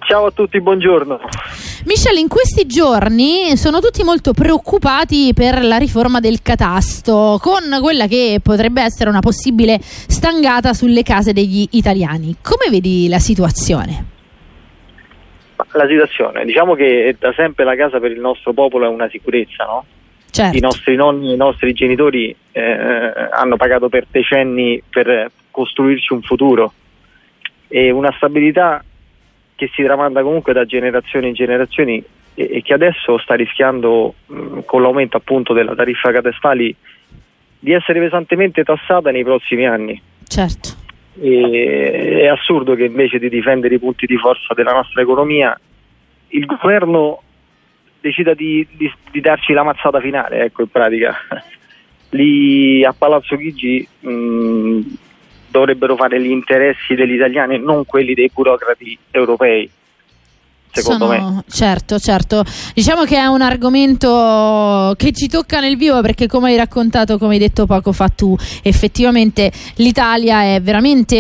Ciao a tutti, buongiorno. Michel, in questi giorni sono tutti molto preoccupati per la riforma del catasto, con quella che potrebbe essere una possibile stangata sulle case degli italiani. Come vedi la situazione? La situazione, diciamo che da sempre la casa per il nostro popolo è una sicurezza, no? Certo. I nostri nonni, i nostri genitori hanno pagato per decenni per costruirci un futuro e una stabilità che si tramanda comunque da generazioni in generazioni e che adesso sta rischiando, con l'aumento appunto della tariffa catastali, di essere pesantemente tassata nei prossimi anni. Certo. È assurdo che invece di difendere i punti di forza della nostra economia il governo decida di darci la mazzata finale, ecco, in pratica. Lì a Palazzo Chigi dovrebbero fare gli interessi degli italiani, non quelli dei burocrati europei, secondo me. Certo. Diciamo che è un argomento che ci tocca nel vivo, perché come hai raccontato, come hai detto poco fa tu, effettivamente l'Italia è veramente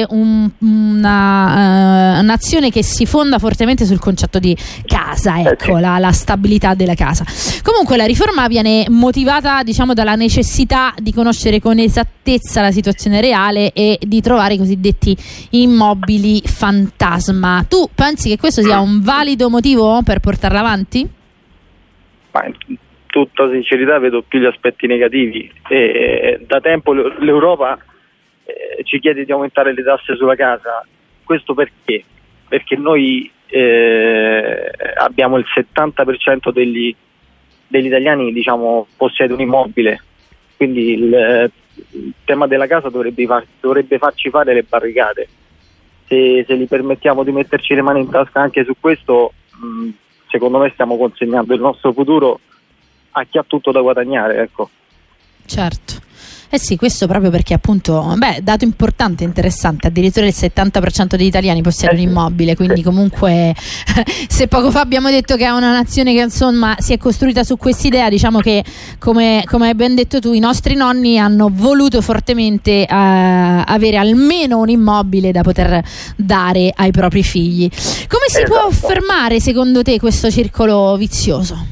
una nazione che si fonda fortemente sul concetto di casa, ecco, la stabilità della casa. Comunque la riforma viene motivata, diciamo, dalla necessità di conoscere con esattezza la situazione reale e di trovare i cosiddetti immobili fantasma. Tu pensi che questo sia un valido motivo per portarla avanti? Ma in tutta sincerità vedo più gli aspetti negativi. Da tempo l'Europa ci chiede di aumentare le tasse sulla casa. Questo perché? Perché noi abbiamo il 70% degli italiani, diciamo, possiede un immobile, quindi il tema della casa dovrebbe farci fare le barricate. Se gli permettiamo di metterci le mani in tasca anche su questo, secondo me stiamo consegnando il nostro futuro a chi ha tutto da guadagnare, ecco. Certo. Eh sì, questo proprio perché appunto, dato importante, interessante, addirittura il 70% degli italiani possiede un immobile, quindi comunque se poco fa abbiamo detto che è una nazione che insomma si è costruita su quest'idea, diciamo che come hai ben detto tu, i nostri nonni hanno voluto fortemente avere almeno un immobile da poter dare ai propri figli. Come si può fermare secondo te questo circolo vizioso?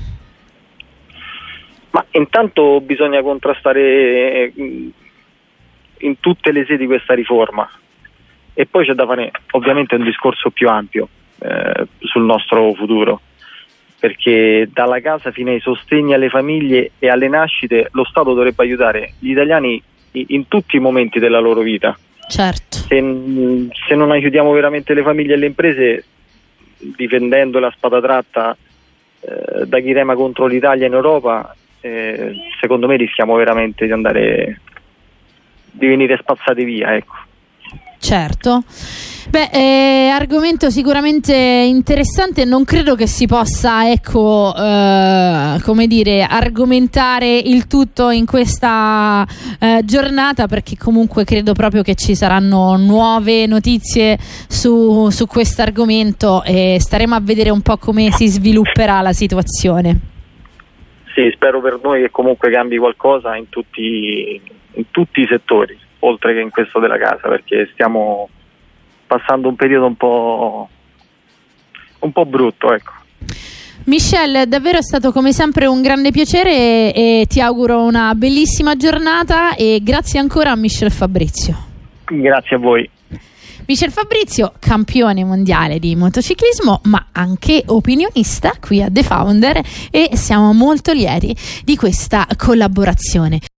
Ma intanto bisogna contrastare in tutte le sedi questa riforma e poi c'è da fare ovviamente un discorso più ampio sul nostro futuro, perché dalla casa fino ai sostegni alle famiglie e alle nascite lo Stato dovrebbe aiutare gli italiani in tutti i momenti della loro vita. Certo. Se non aiutiamo veramente le famiglie e le imprese, difendendo la spada tratta da chi rema contro l'Italia in Europa, secondo me rischiamo veramente di venire spazzati via, ecco. Certo. Argomento sicuramente interessante. Non credo che si possa, ecco, come dire, argomentare il tutto in questa giornata, perché comunque credo proprio che ci saranno nuove notizie su questo argomento e staremo a vedere un po' come si svilupperà la situazione. Sì, spero per noi che comunque cambi qualcosa in tutti i settori, oltre che in questo della casa, perché stiamo passando un periodo un po' brutto, ecco. Michel, davvero è stato come sempre un grande piacere e ti auguro una bellissima giornata e grazie ancora a Michel Fabrizio. Grazie a voi. Michel Fabrizio, campione mondiale di motociclismo, ma anche opinionista qui a The Founder, e siamo molto lieti di questa collaborazione.